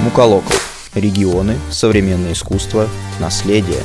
Мукалокал. Регионы, современное искусство, наследие.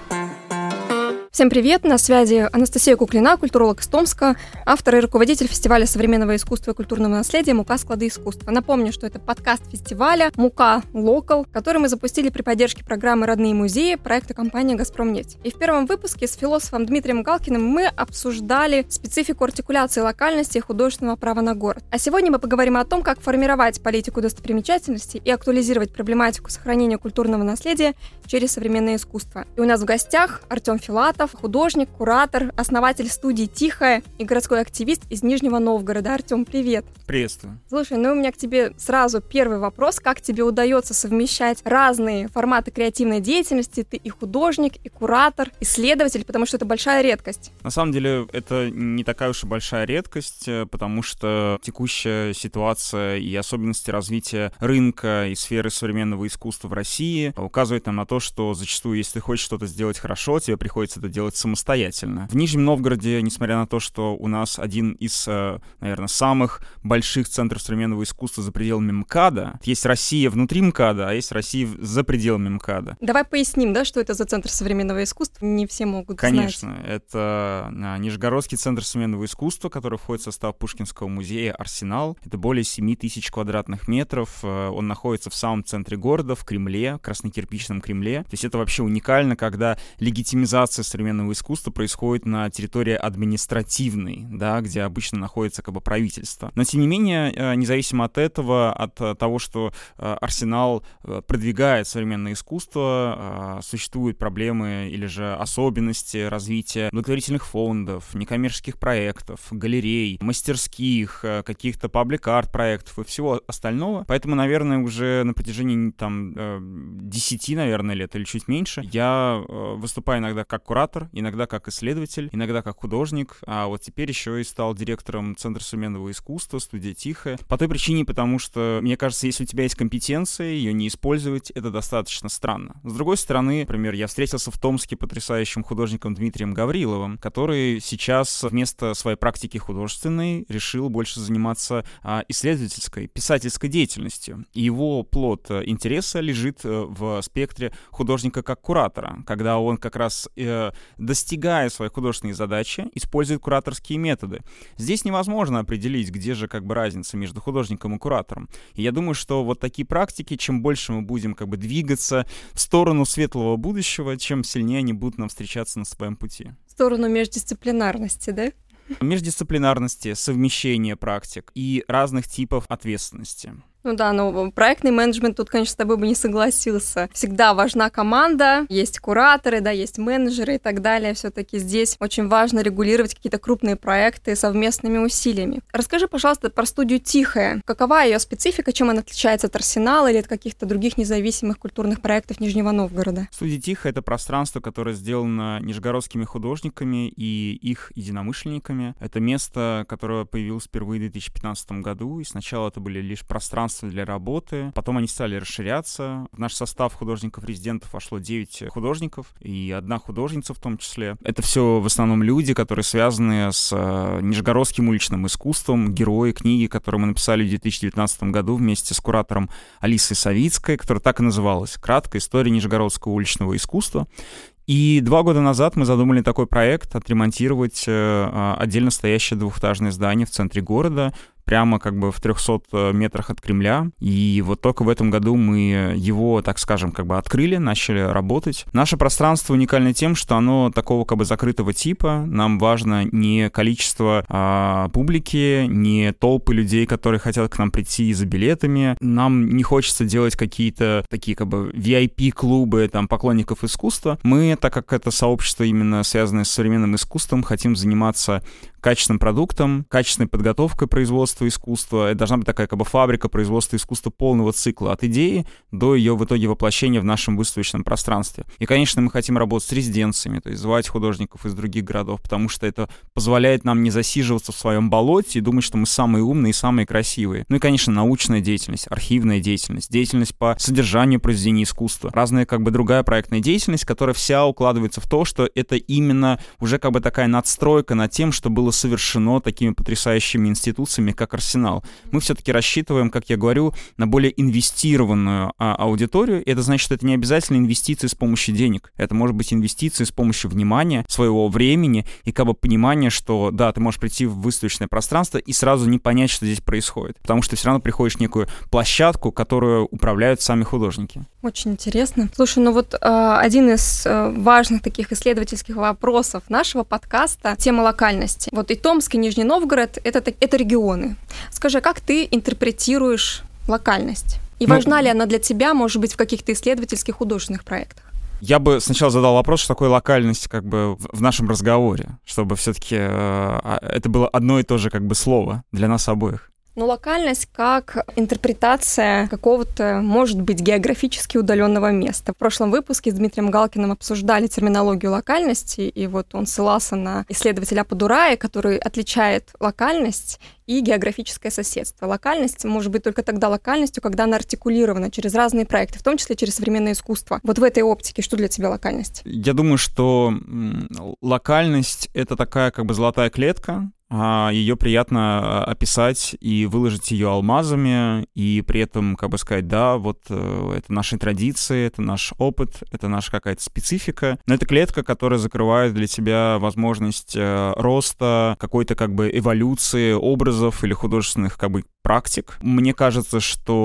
Всем привет, на связи Анастасия Куклина, культуролог из Томска, автор и руководитель фестиваля современного искусства и культурного наследия «Мука. Склады искусства». Напомню, что это подкаст фестиваля «Мука. Локал», который мы запустили при поддержке программы «Родные музеи» проекта компании «Газпромнефть». И в первом выпуске с философом Дмитрием Галкиным мы обсуждали специфику артикуляции локальности и художественного права на город. А сегодня мы поговорим о том, как формировать политику достопримечательностей и актуализировать проблематику сохранения культурного наследия через современное искусство. И у нас в гостях Артем Филатов, художник, куратор, основатель студии «Тихая» и городской активист из Нижнего Новгорода. Артем, привет! Приветствую. Слушай, у меня к тебе сразу первый вопрос. Как тебе удается совмещать разные форматы креативной деятельности? Ты и художник, и куратор, исследователь, потому что это большая редкость. На самом деле, это не такая уж и большая редкость, потому что текущая ситуация и особенности развития рынка и сферы современного искусства в России указывают нам на то, что зачастую, если ты хочешь что-то сделать хорошо, тебе приходится это делать самостоятельно. В Нижнем Новгороде, несмотря на то, что у нас один из, наверное, самых больших центров современного искусства за пределами МКАДа, есть Россия внутри МКАДа, а есть Россия за пределами МКАДа. Давай поясним, что это за центр современного искусства, не все могут знать. Конечно, это Нижегородский центр современного искусства, который входит в состав Пушкинского музея «Арсенал». Это более 7 тысяч квадратных метров, он находится в самом центре города, в Кремле, краснокирпичном Кремле. То есть это вообще уникально, когда легитимизация современного искусства происходит на территории административной, где обычно находится правительство. Но, тем не менее, независимо от этого, от того, что Арсенал продвигает современное искусство, существуют проблемы или же особенности развития благотворительных фондов, некоммерческих проектов, галерей, мастерских, каких-то паблик-арт проектов и всего остального. Поэтому, наверное, уже на протяжении 10, наверное, лет или чуть меньше я выступаю иногда как куратор, иногда как исследователь, иногда как художник, а вот теперь еще и стал директором Центра современного искусства, студии «Тихая». По той причине, потому что, мне кажется, если у тебя есть компетенция, ее не использовать, это достаточно странно. С другой стороны, например, я встретился в Томске потрясающим художником Дмитрием Гавриловым, который сейчас вместо своей практики художественной решил больше заниматься исследовательской, писательской деятельностью. И его плод интереса лежит в спектре художника как куратора, когда он как раз достигая своей художественной задачи, использует кураторские методы. Здесь невозможно определить, где же разница между художником и куратором. И я думаю, что вот такие практики, чем больше мы будем двигаться в сторону светлого будущего, чем сильнее они будут нам встречаться на своем пути. В сторону междисциплинарности, да? Междисциплинарности, совмещения практик и разных типов ответственности. Но проектный менеджмент тут, конечно, с тобой бы не согласился. Всегда важна команда, есть кураторы, есть менеджеры и так далее. Все-таки здесь очень важно регулировать какие-то крупные проекты совместными усилиями. Расскажи, пожалуйста, про студию «Тихая». Какова ее специфика, чем она отличается от «Арсенала» или от каких-то других независимых культурных проектов Нижнего Новгорода? Студия «Тихая» — это пространство, которое сделано нижегородскими художниками и их единомышленниками. Это место, которое появилось впервые в 2015 году, и сначала это были лишь пространства для работы. Потом они стали расширяться. В наш состав художников-резидентов вошло 9 художников и 1 художница в том числе. Это все в основном люди, которые связаны с нижегородским уличным искусством, герои книги, которую мы написали в 2019 году вместе с куратором Алисой Савицкой, которая так и называлась «Краткая история нижегородского уличного искусства». И 2 года назад мы задумали такой проект — отремонтировать отдельно стоящее двухэтажное здание в центре города, прямо в 300 метрах от Кремля. И вот только в этом году мы его, так скажем, открыли, начали работать. Наше пространство уникально тем, что оно такого закрытого типа. Нам важно не количество публики, не толпы людей, которые хотят к нам прийти за билетами. Нам не хочется делать какие-то такие VIP-клубы поклонников искусства. Мы, так как это сообщество именно связанное с современным искусством, хотим заниматься качественным продуктом, качественной подготовкой производства искусства. Это должна быть такая фабрика производства искусства полного цикла от идеи до ее в итоге воплощения в нашем выставочном пространстве. И, конечно, мы хотим работать с резиденциями, то есть звать художников из других городов, потому что это позволяет нам не засиживаться в своем болоте и думать, что мы самые умные и самые красивые. Ну и, конечно, научная деятельность, архивная деятельность, деятельность по содержанию произведений искусства, разная другая проектная деятельность, которая вся укладывается в то, что это именно уже такая надстройка над тем, что было совершено такими потрясающими институциями, как Арсенал. Мы все-таки рассчитываем, как я говорю, на более инвестированную аудиторию. И это значит, что это не обязательно инвестиции с помощью денег. Это может быть инвестиции с помощью внимания, своего времени и как бы понимания, что да, ты можешь прийти в выставочное пространство и сразу не понять, что здесь происходит. Потому что ты все равно приходишь в некую площадку, которую управляют сами художники. Очень интересно. Слушай, один из важных таких исследовательских вопросов нашего подкаста — тема локальности. И Томск, и Нижний Новгород — это регионы. Скажи, как ты интерпретируешь локальность? И важна ли она для тебя, может быть, в каких-то исследовательских художественных проектах? Я бы сначала задал вопрос, что такое локальность как бы в нашем разговоре, чтобы все-таки это было одно и то же как бы слово для нас обоих. Локальность как интерпретация какого-то, может быть, географически удаленного места. В прошлом выпуске с Дмитрием Галкиным обсуждали терминологию локальности, и он ссылался на исследователя Падурая, который отличает локальность и географическое соседство. Локальность может быть только тогда локальностью, когда она артикулирована через разные проекты, в том числе через современное искусство. В этой оптике что для тебя локальность? Я думаю, что локальность — это такая как бы золотая клетка. Ее приятно описать и выложить ее алмазами, и при этом, как бы сказать, да, это наши традиции, это наш опыт, это наша какая-то специфика. Но это клетка, которая закрывает для тебя возможность роста, какой-то как бы эволюции образов или художественных как бы практик. Мне кажется,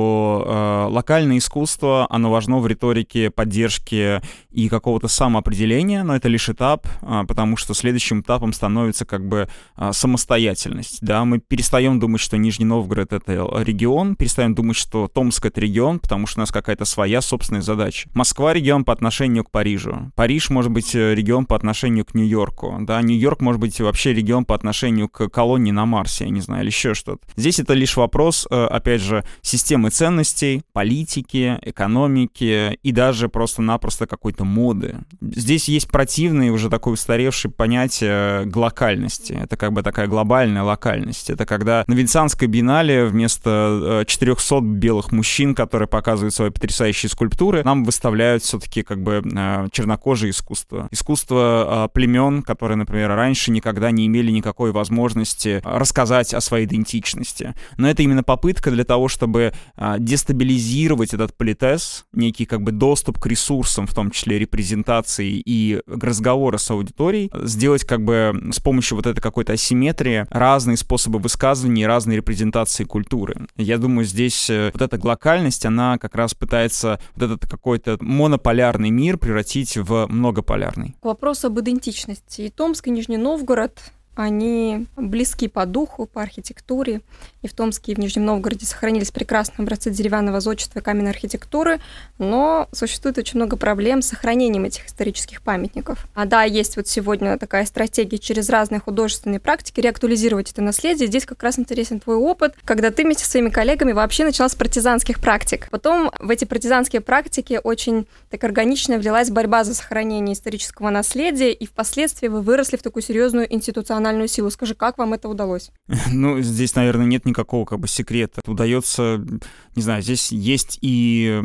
что локальное искусство, оно важно в риторике поддержки и какого-то самоопределения, но это лишь этап, потому что следующим этапом становится как бы самостоятельность. Да? Мы перестаем думать, что Нижний Новгород — это регион, перестаем думать, что Томск — это регион, потому что у нас какая-то своя собственная задача. Москва — регион по отношению к Парижу. Париж может быть регион по отношению к Нью-Йорку. Да? Нью-Йорк может быть вообще регион по отношению к колонии на Марсе, я не знаю, или еще что-то. Здесь это лишь вопрос, опять же, системы ценностей, политики, экономики и даже просто-напросто какой-то моды. Здесь есть противное, уже такое устаревшее понятие локальности. Это как бы такая глобальная локальность. Это когда на Венецианской биеннале вместо 400 белых мужчин, которые показывают свои потрясающие скульптуры, нам выставляют все-таки как бы чернокожее искусство. Искусство племен, которые, например, раньше никогда не имели никакой возможности рассказать о своей идентичности. Но это именно попытка для того, чтобы дестабилизировать этот политез, некий как бы доступ к ресурсам, в том числе репрезентации и разговора с аудиторией, сделать как бы с помощью этой какой-то асимметрии разные способы высказывания и разные репрезентации культуры. Я думаю, здесь эта локальность, она как раз пытается этот какой-то монополярный мир превратить в многополярный. Вопрос об идентичности. И Томск, и Нижний Новгород, они близки по духу, по архитектуре. И в Томске, и в Нижнем Новгороде сохранились прекрасные образцы деревянного зодчества и каменной архитектуры, но существует очень много проблем с сохранением этих исторических памятников. Есть сегодня такая стратегия через разные художественные практики реактуализировать это наследие. Здесь как раз интересен твой опыт, когда ты вместе со своими коллегами вообще начала с партизанских практик. Потом в эти партизанские практики очень так органично влилась борьба за сохранение исторического наследия, и впоследствии вы выросли в такую серьезную институциональную силу. Скажи, как вам это удалось? Здесь, наверное, нет никакого как бы секрета. Удается, не знаю, здесь есть и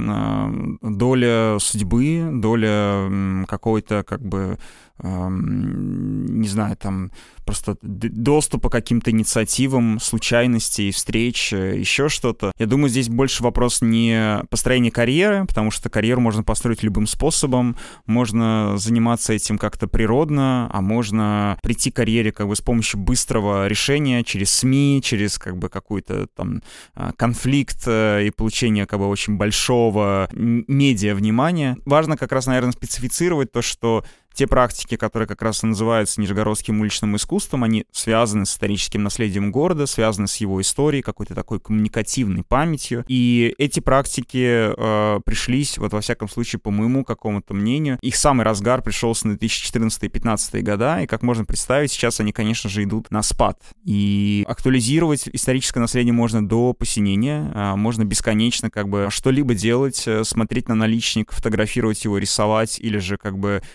доля судьбы, доля какой-то как бы, не знаю, там просто доступа к каким-то инициативам, случайностей, встреч, еще что-то. Я думаю, здесь больше вопрос не построения карьеры, потому что карьеру можно построить любым способом, можно заниматься этим как-то природно, а можно прийти к карьере как бы с помощью быстрого решения через СМИ, через как бы какой-то там конфликт и получение как бы очень большого медиа внимания. Важно как раз, наверное, специфицировать то, что те практики, которые как раз и называются нижегородским уличным искусством, они связаны с историческим наследием города, связаны с его историей, какой-то такой коммуникативной памятью. И эти практики пришлись, во всяком случае, по моему какому-то мнению, их самый разгар пришелся на 2014-2015 года, и, как можно представить, сейчас они, конечно же, идут на спад. И актуализировать историческое наследие можно до посинения, можно бесконечно как бы что-либо делать, смотреть на наличник, фотографировать его, рисовать, или же как бы биться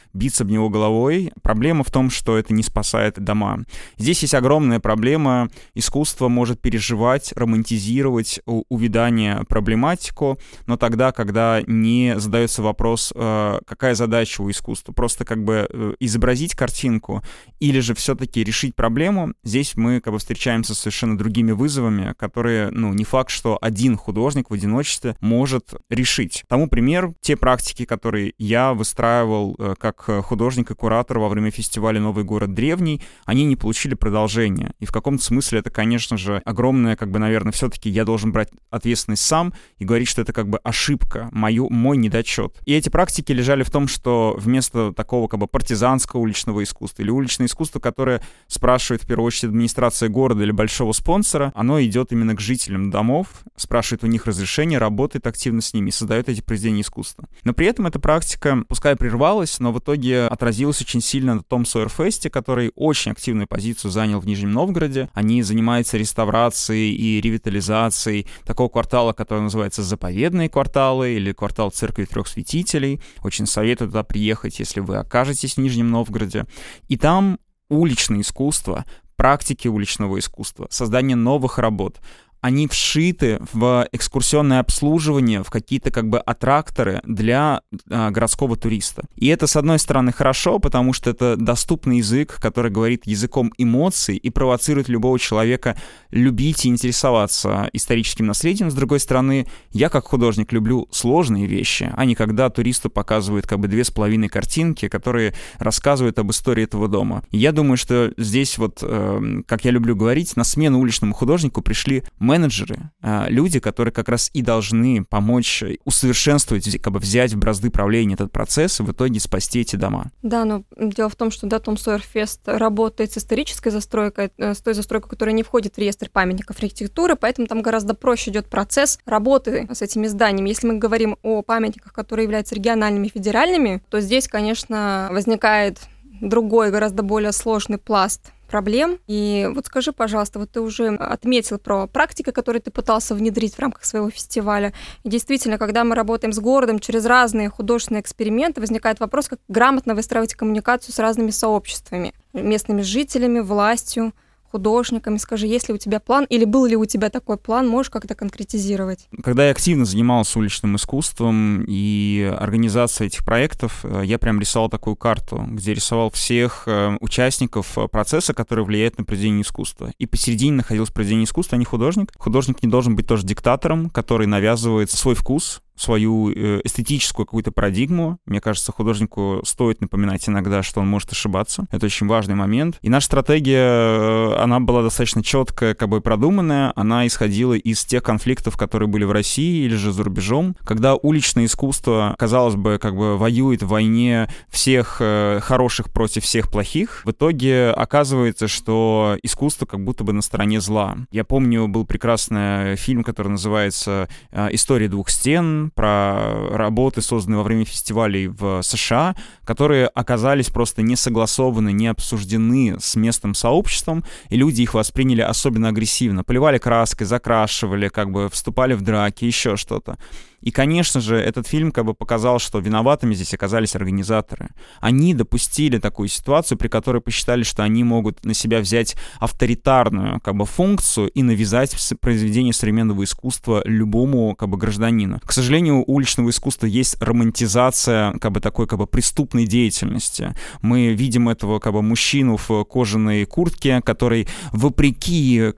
об него головой. Проблема в том, что это не спасает дома. Здесь есть огромная проблема. Искусство может переживать, романтизировать увядание проблематику, но тогда, когда не задается вопрос, какая задача у искусства, просто как бы изобразить картинку или же все-таки решить проблему, здесь мы как бы встречаемся с совершенно другими вызовами, которые, не факт, что один художник в одиночестве может решить. Тому пример, те практики, которые я выстраивал как художник и куратор во время фестиваля «Новый город древний», они не получили продолжения. И в каком-то смысле это, конечно же, огромное, наверное, все-таки я должен брать ответственность сам и говорить, что это как бы ошибка, мой недочет. И эти практики лежали в том, что вместо такого как бы партизанского уличного искусства или уличное искусство, которое спрашивает в первую очередь администрация города или большого спонсора, оно идет именно к жителям домов, спрашивает у них разрешение, работает активно с ними и создает эти произведения искусства. Но при этом эта практика, пускай прервалась, но в итоге отразилась очень сильно на Том Сойер Фесте, который очень активную позицию занял в Нижнем Новгороде. Они занимаются реставрацией и ревитализацией такого квартала, который называется «Заповедные кварталы» или квартал Церкви Трех Святителей. Очень советую туда приехать, если вы окажетесь в Нижнем Новгороде. И там уличное искусство, практики уличного искусства, создание новых работ, они вшиты в экскурсионное обслуживание, в какие-то как бы аттракторы для городского туриста. И это, с одной стороны, хорошо, потому что это доступный язык, который говорит языком эмоций и провоцирует любого человека любить и интересоваться историческим наследием. С другой стороны, я как художник люблю сложные вещи, а не когда туристу показывают как бы 2,5 картинки, которые рассказывают об истории этого дома. И я думаю, что здесь вот, как я люблю говорить, на смену уличному художнику пришли менеджеры, люди, которые как раз и должны помочь усовершенствовать, как бы взять в бразды правления этот процесс и в итоге спасти эти дома. Да, но дело в том, что Том Сойер Фест работает с исторической застройкой, с той застройкой, которая не входит в реестр памятников архитектуры, поэтому там гораздо проще идет процесс работы с этими зданиями. Если мы говорим о памятниках, которые являются региональными, федеральными, то здесь, конечно, возникает другой, гораздо более сложный пласт проблем. И вот скажи, пожалуйста, вот ты уже отметил про практики, которые ты пытался внедрить в рамках своего фестиваля. И действительно, когда мы работаем с городом через разные художественные эксперименты, возникает вопрос, как грамотно выстраивать коммуникацию с разными сообществами, местными жителями, властью, художниками. Скажи, есть ли у тебя план, или был ли у тебя такой план, можешь как-то конкретизировать? Когда я активно занимался уличным искусством и организацией этих проектов, я прям рисовал такую карту, где рисовал всех участников процесса, который влияет на произведение искусства. И посередине находилось произведение искусства, а не художник. Художник не должен быть тоже диктатором, который навязывает свой вкус, свою эстетическую какую-то парадигму. Мне кажется, художнику стоит напоминать иногда, что он может ошибаться. Это очень важный момент. И наша стратегия, она была достаточно четкая, как бы продуманная. Она исходила из тех конфликтов, которые были в России или же за рубежом. Когда уличное искусство, казалось бы, как бы воюет в войне всех хороших против всех плохих, в итоге оказывается, что искусство как будто бы на стороне зла. Я помню, был прекрасный фильм, который называется «История двух стен», про работы, созданные во время фестивалей в США, которые оказались просто не согласованы, не обсуждены с местным сообществом, и люди их восприняли особенно агрессивно. Поливали краской, закрашивали, как бы вступали в драки, еще что-то. И, конечно же, этот фильм как бы показал, что виноватыми здесь оказались организаторы. Они допустили такую ситуацию, при которой посчитали, что они могут на себя взять авторитарную как бы функцию и навязать произведение современного искусства любому как бы гражданину. К сожалению, у уличного искусства есть романтизация как бы такой как бы преступной деятельности. Мы видим этого как бы мужчину в кожаной куртке, который, вопреки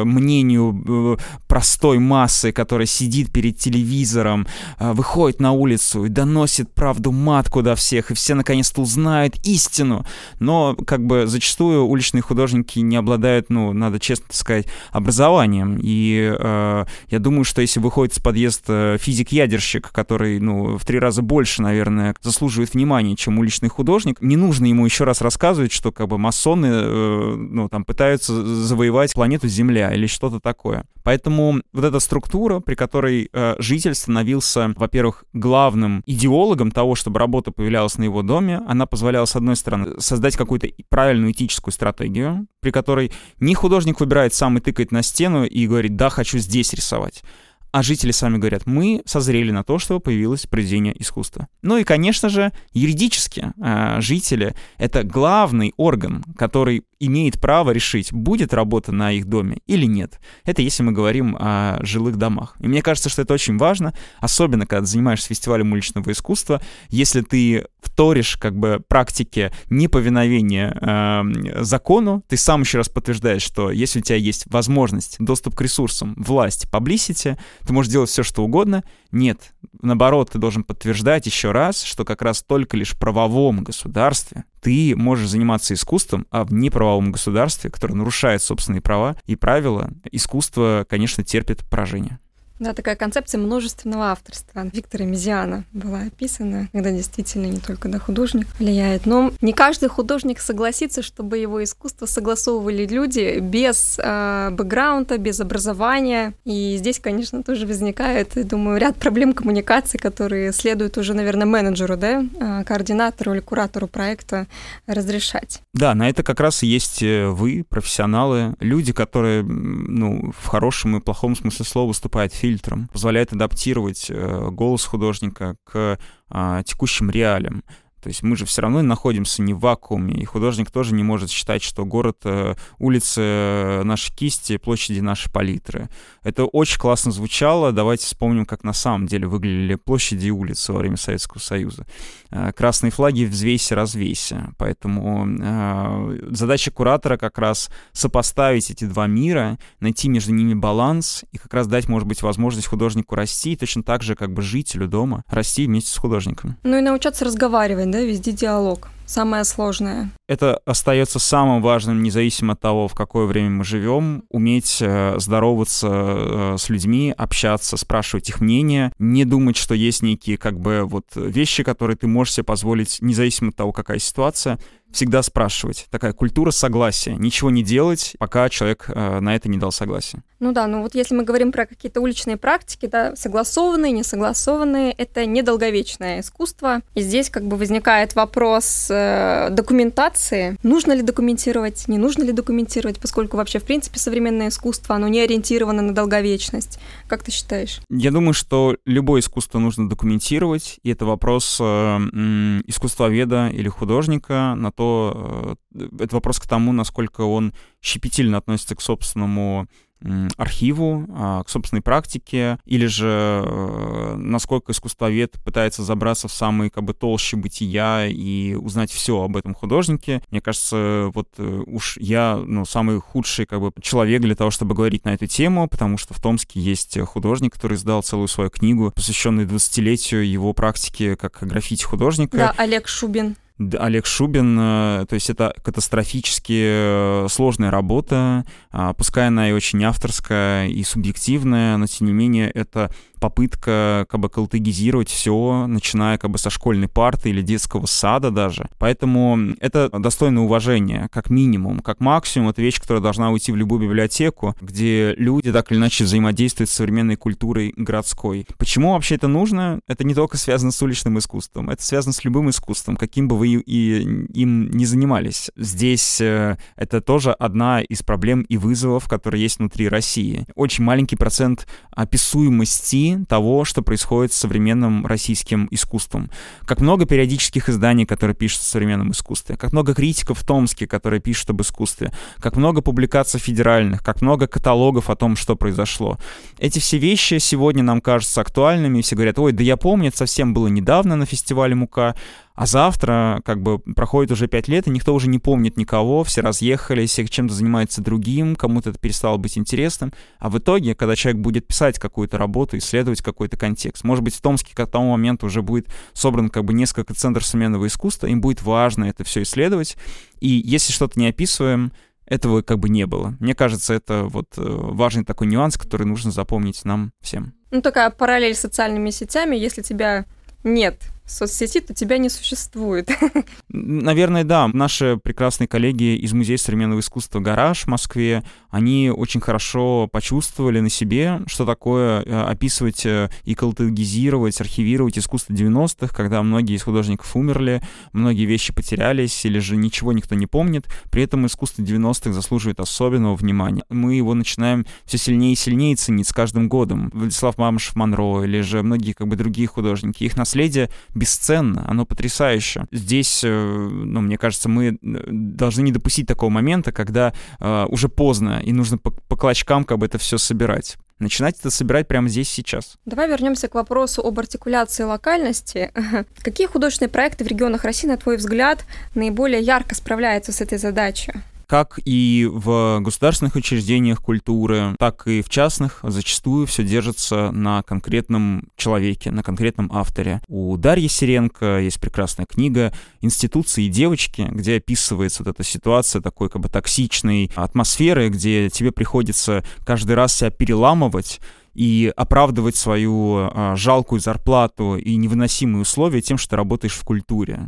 мнению простой массы, которая сидит перед телевизором, выходит на улицу и доносит правду матку до всех, и все наконец-то узнают истину. Но как бы зачастую уличные художники не обладают, надо честно сказать, образованием. И я думаю, что если выходит из подъезда физик-ядерщик, который, в 3 раза больше, наверное, заслуживает внимания, чем уличный художник, не нужно ему еще раз рассказывать, что как бы масоны, там пытаются завоевать планету Земля или что-то такое. Поэтому вот эта структура, при которой житель становился, во-первых, главным идеологом того, чтобы работа появлялась на его доме, она позволяла, с одной стороны, создать какую-то правильную этическую стратегию, при которой не художник выбирает сам и тыкает на стену и говорит: да, хочу здесь рисовать. а жители сами говорят, мы созрели на то, что появилось произведение искусства. Ну и, конечно же, юридически жители — это главный орган, который имеет право решить, будет работа на их доме или нет. Это если мы говорим о жилых домах. И мне кажется, что это очень важно, особенно когда ты занимаешься фестивалем уличного искусства, если ты вторишь как бы практике неповиновения закону, ты сам еще раз подтверждаешь, что если у тебя есть возможность, доступ к ресурсам, власть, publicity, ты можешь делать все, что угодно. Нет, наоборот, ты должен подтверждать еще раз, что как раз только лишь в правовом государстве ты можешь заниматься искусством, а в неправовом государстве, которое нарушает собственные права и правила, искусство, конечно, терпит поражение. Да, такая концепция множественного авторства Виктора Мезиана была описана, когда действительно не только художник влияет. Но не каждый художник согласится, чтобы его искусство согласовывали люди без бэкграунда, без образования. И здесь, конечно, тоже возникает, я думаю, ряд проблем коммуникации, которые следует уже, наверное, менеджеру, координатору или куратору проекта разрешать. Да, на это как раз и есть вы, профессионалы, люди, которые, в хорошем и плохом смысле слова выступают фильтром, позволяет адаптировать голос художника к текущим реалиям. То есть мы же все равно находимся не в вакууме, и художник тоже не может считать, что город, улицы наши кисти, площади наши палитры. Это очень классно звучало. Давайте вспомним, как на самом деле выглядели площади и улицы во время Советского Союза. Красные флаги взвейся, развейся. Поэтому задача куратора как раз сопоставить эти два мира, найти между ними баланс и как раз дать, может быть, возможность художнику расти, и точно так же, как бы жителю дома, расти вместе с художником. Ну и научаться разговаривать, везде диалог. Самое сложное. Это остается самым важным, независимо от того, в какое время мы живем, уметь здороваться с людьми, общаться, спрашивать их мнение, не думать, что есть некие вещи, которые ты можешь себе позволить, независимо от того, какая ситуация, всегда спрашивать. Такая культура согласия. Ничего не делать, пока человек на это не дал согласия. Если мы говорим про какие-то уличные практики, согласованные, несогласованные, это недолговечное искусство. И здесь возникает вопрос документации. Нужно ли документировать, не нужно ли документировать, поскольку вообще, в принципе, современное искусство, оно не ориентировано на долговечность. Как ты считаешь? Я думаю, что любое искусство нужно документировать, и это вопрос искусствоведа или художника на то, это вопрос к тому, насколько он щепетильно относится к собственному архиву, к собственной практике, или же насколько искусствовед пытается забраться в самые толщи бытия и узнать все об этом художнике. Мне кажется, уж я самый худший человек для того, чтобы говорить на эту тему, потому что в Томске есть художник, который издал целую свою книгу, посвященную 20-летию его практики как граффити-художника. Да, Олег Шубин. Олег Шубин, то есть это катастрофически сложная работа, пускай она и очень авторская и субъективная, но тем не менее это попытка калтегизировать все, начиная со школьной парты или детского сада даже. Поэтому это достойно уважения, как минимум. Как максимум, это вещь, которая должна уйти в любую библиотеку, где люди так или иначе взаимодействуют с современной культурой городской. Почему вообще это нужно? Это не только связано с уличным искусством, это связано с любым искусством, каким бы вы им не занимались. Здесь это тоже одна из проблем и вызовов, которые есть внутри России. Очень маленький процент описуемости того, что происходит с современным российским искусством. Как много периодических изданий, которые пишут о современном искусстве, как много критиков в Томске, которые пишут об искусстве, как много публикаций федеральных, как много каталогов о том, что произошло. Эти все вещи сегодня нам кажутся актуальными, и все говорят: ой, да я помню, это совсем было недавно на фестивале МУКа, а завтра проходит уже 5 лет, и никто уже не помнит никого, все разъехались, все чем-то занимаются другим, кому-то это перестало быть интересным. А в итоге, когда человек будет писать какую-то работу, исследовать какой-то контекст, может быть, в Томске к тому моменту уже будет собран несколько центров современного искусства, им будет важно это все исследовать, и если что-то не описываем, этого не было. Мне кажется, это важный такой нюанс, который нужно запомнить нам всем. Такая параллель с социальными сетями, если тебя нет в соцсети, то тебя не существует. Наверное, да. Наши прекрасные коллеги из Музея современного искусства «Гараж» в Москве, они очень хорошо почувствовали на себе, что такое описывать и каталогизировать, архивировать искусство 90-х, когда многие из художников умерли, многие вещи потерялись, или же ничего никто не помнит. При этом искусство 90-х заслуживает особенного внимания. Мы его начинаем все сильнее и сильнее ценить с каждым годом. Владислав Мамышев-Монро или же многие другие художники. Их наследие бесценно, оно потрясающе. Здесь, мне кажется, мы должны не допустить такого момента, когда уже поздно, и нужно по клочкам это все собирать. Начинать это собирать прямо здесь, сейчас. Давай вернемся к вопросу об артикуляции локальности. Какие художественные проекты в регионах России, на твой взгляд, наиболее ярко справляются с этой задачей? Как и в государственных учреждениях культуры, так и в частных зачастую все держится на конкретном человеке, на конкретном авторе. У Дарьи Сиренко есть прекрасная книга «Институции и девочки», где описывается эта ситуация такой токсичной атмосферы, где тебе приходится каждый раз себя переламывать и оправдывать свою жалкую зарплату и невыносимые условия тем, что ты работаешь в культуре.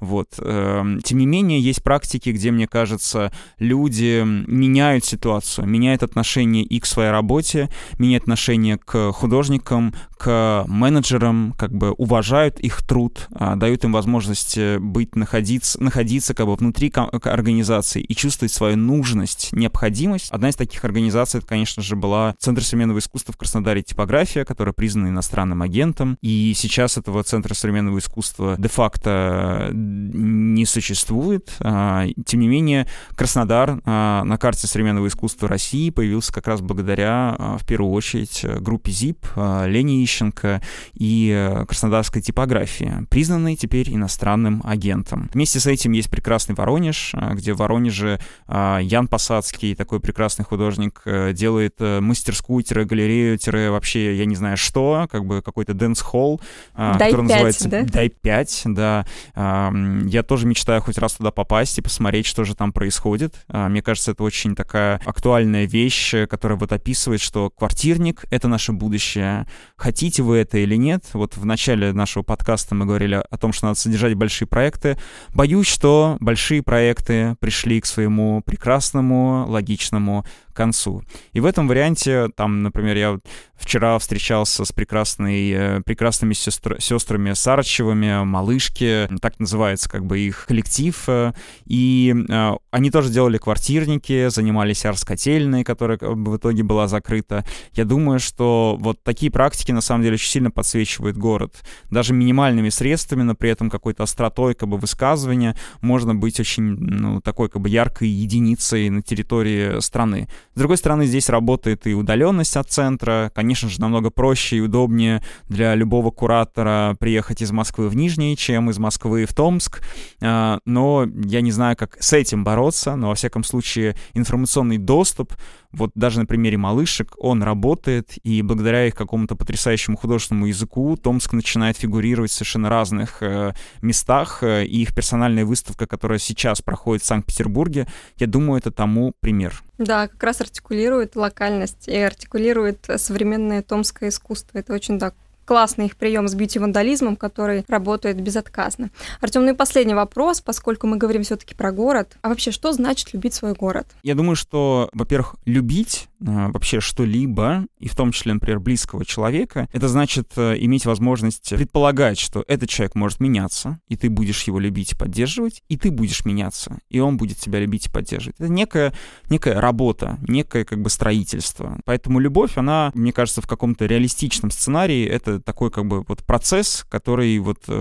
Тем не менее, есть практики, где, мне кажется, люди меняют ситуацию, меняют отношение и к своей работе, меняют отношение к художникам, к менеджерам, уважают их труд, дают им возможность находиться внутри организации и чувствовать свою нужность, необходимость. Одна из таких организаций, это, конечно же, была Центр современного искусства в Краснодаре «Типография», которая признана иностранным агентом. И сейчас этого Центра современного искусства де-факто не существует. Тем не менее, Краснодар на карте современного искусства России появился как раз благодаря, в первую очередь, группе ЗИП, Лене Ищенко и краснодарской типографии, признанной теперь иностранным агентом. Вместе с этим есть прекрасный Воронеж, где в Воронеже Ян Посадский, такой прекрасный художник, делает мастерскую-галерею, вообще, я не знаю что, какой-то дэнс-холл, который называется «Дай-5», да. Я тоже мечтаю хоть раз туда попасть и посмотреть, что же там происходит. Мне кажется, это очень такая актуальная вещь, которая описывает, что квартирник — это наше будущее. Хотите вы это или нет? В начале нашего подкаста мы говорили о том, что надо содержать большие проекты. Боюсь, что большие проекты пришли к своему прекрасному, логичному концу. И в этом варианте, например, я вчера встречался с прекрасными сестрами Сарычевыми, «Малышки», так называется их коллектив, и они тоже делали квартирники, занимались арт-котельной, которая в итоге была закрыта. Я думаю, что такие практики на самом деле очень сильно подсвечивают город. Даже минимальными средствами, но при этом какой-то остротой высказывания можно быть очень такой яркой единицей на территории страны. С другой стороны, здесь работает и удаленность от центра. Конечно же, намного проще и удобнее для любого куратора приехать из Москвы в Нижний, чем из Москвы в Томск. Но я не знаю, как с этим бороться, но, во всяком случае, информационный доступ, даже на примере «Малышек», он работает, и благодаря их какому-то потрясающему художественному языку Томск начинает фигурировать в совершенно разных местах, и их персональная выставка, которая сейчас проходит в Санкт-Петербурге, я думаю, это тому пример. Да, как раз артикулирует локальность и артикулирует современное томское искусство. Это очень, классный их прием с бьюти-вандализмом, который работает безотказно. Артём, и последний вопрос, поскольку мы говорим все-таки про город. А вообще, что значит любить свой город? Я думаю, что, во-первых, любить вообще что-либо, и в том числе, например, близкого человека, это значит иметь возможность предполагать, что этот человек может меняться, и ты будешь его любить и поддерживать, и ты будешь меняться, и он будет тебя любить и поддерживать. Это некая работа, некое строительство. Поэтому любовь, она, мне кажется, в каком-то реалистичном сценарии, это такой процесс, который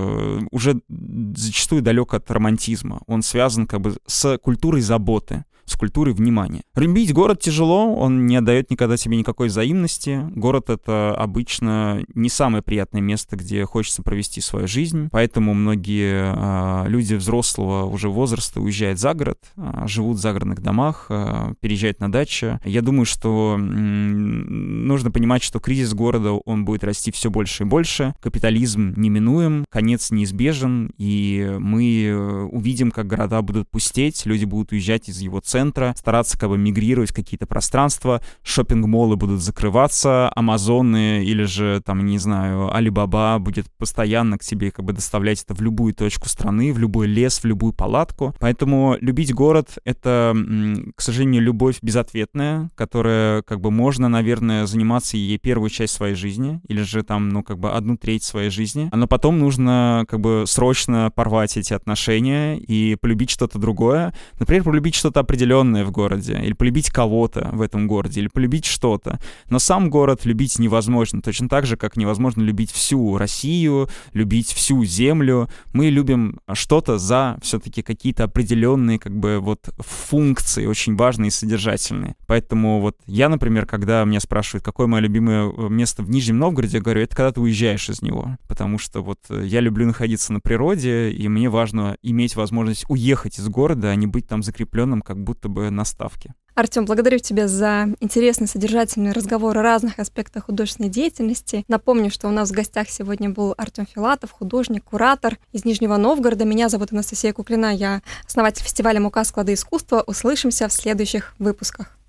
уже зачастую далек от романтизма. Он связан с культурой заботы, с культурой внимания. Любить город тяжело, он не отдает никогда тебе никакой взаимности. Город — это обычно не самое приятное место, где хочется провести свою жизнь, поэтому многие люди взрослого уже возраста уезжают за город, живут в загородных домах, переезжают на дачу. Я думаю, что нужно понимать, что кризис города, он будет расти все больше и больше, капитализм неминуем, конец неизбежен, и мы увидим, как города будут пустеть, люди будут уезжать из его центра, центра, стараться как бы мигрировать в какие-то пространства, шоппинг-моллы будут закрываться, Амазоны или же, там, не знаю, Алибаба будет постоянно к тебе как бы доставлять это в любую точку страны, в любой лес, в любую палатку. Поэтому любить город — это, к сожалению, любовь безответная, которая как бы можно, наверное, заниматься ей первую часть своей жизни или же там, ну, как бы 1/3 своей жизни. Но потом нужно как бы срочно порвать эти отношения и полюбить что-то другое. Например, полюбить что-то определенное в городе, или полюбить кого-то в этом городе, или полюбить что-то. Но сам город любить невозможно. Точно так же, как невозможно любить всю Россию, любить всю землю. Мы любим что-то за все-таки какие-то определенные как бы вот функции, очень важные и содержательные. Поэтому вот я, например, когда меня спрашивают, какое мое любимое место в Нижнем Новгороде, я говорю, это когда ты уезжаешь из него. Потому что вот я люблю находиться на природе, и мне важно иметь возможность уехать из города, а не быть там закрепленным как будто бы на ставке. Артём, благодарю тебя за интересный, содержательный разговор о разных аспектах художественной деятельности. Напомню, что у нас в гостях сегодня был Артём Филатов, художник, куратор из Нижнего Новгорода. Меня зовут Анастасия Куклина, я основатель фестиваля «Мука. Склады искусства». Услышимся в следующих выпусках.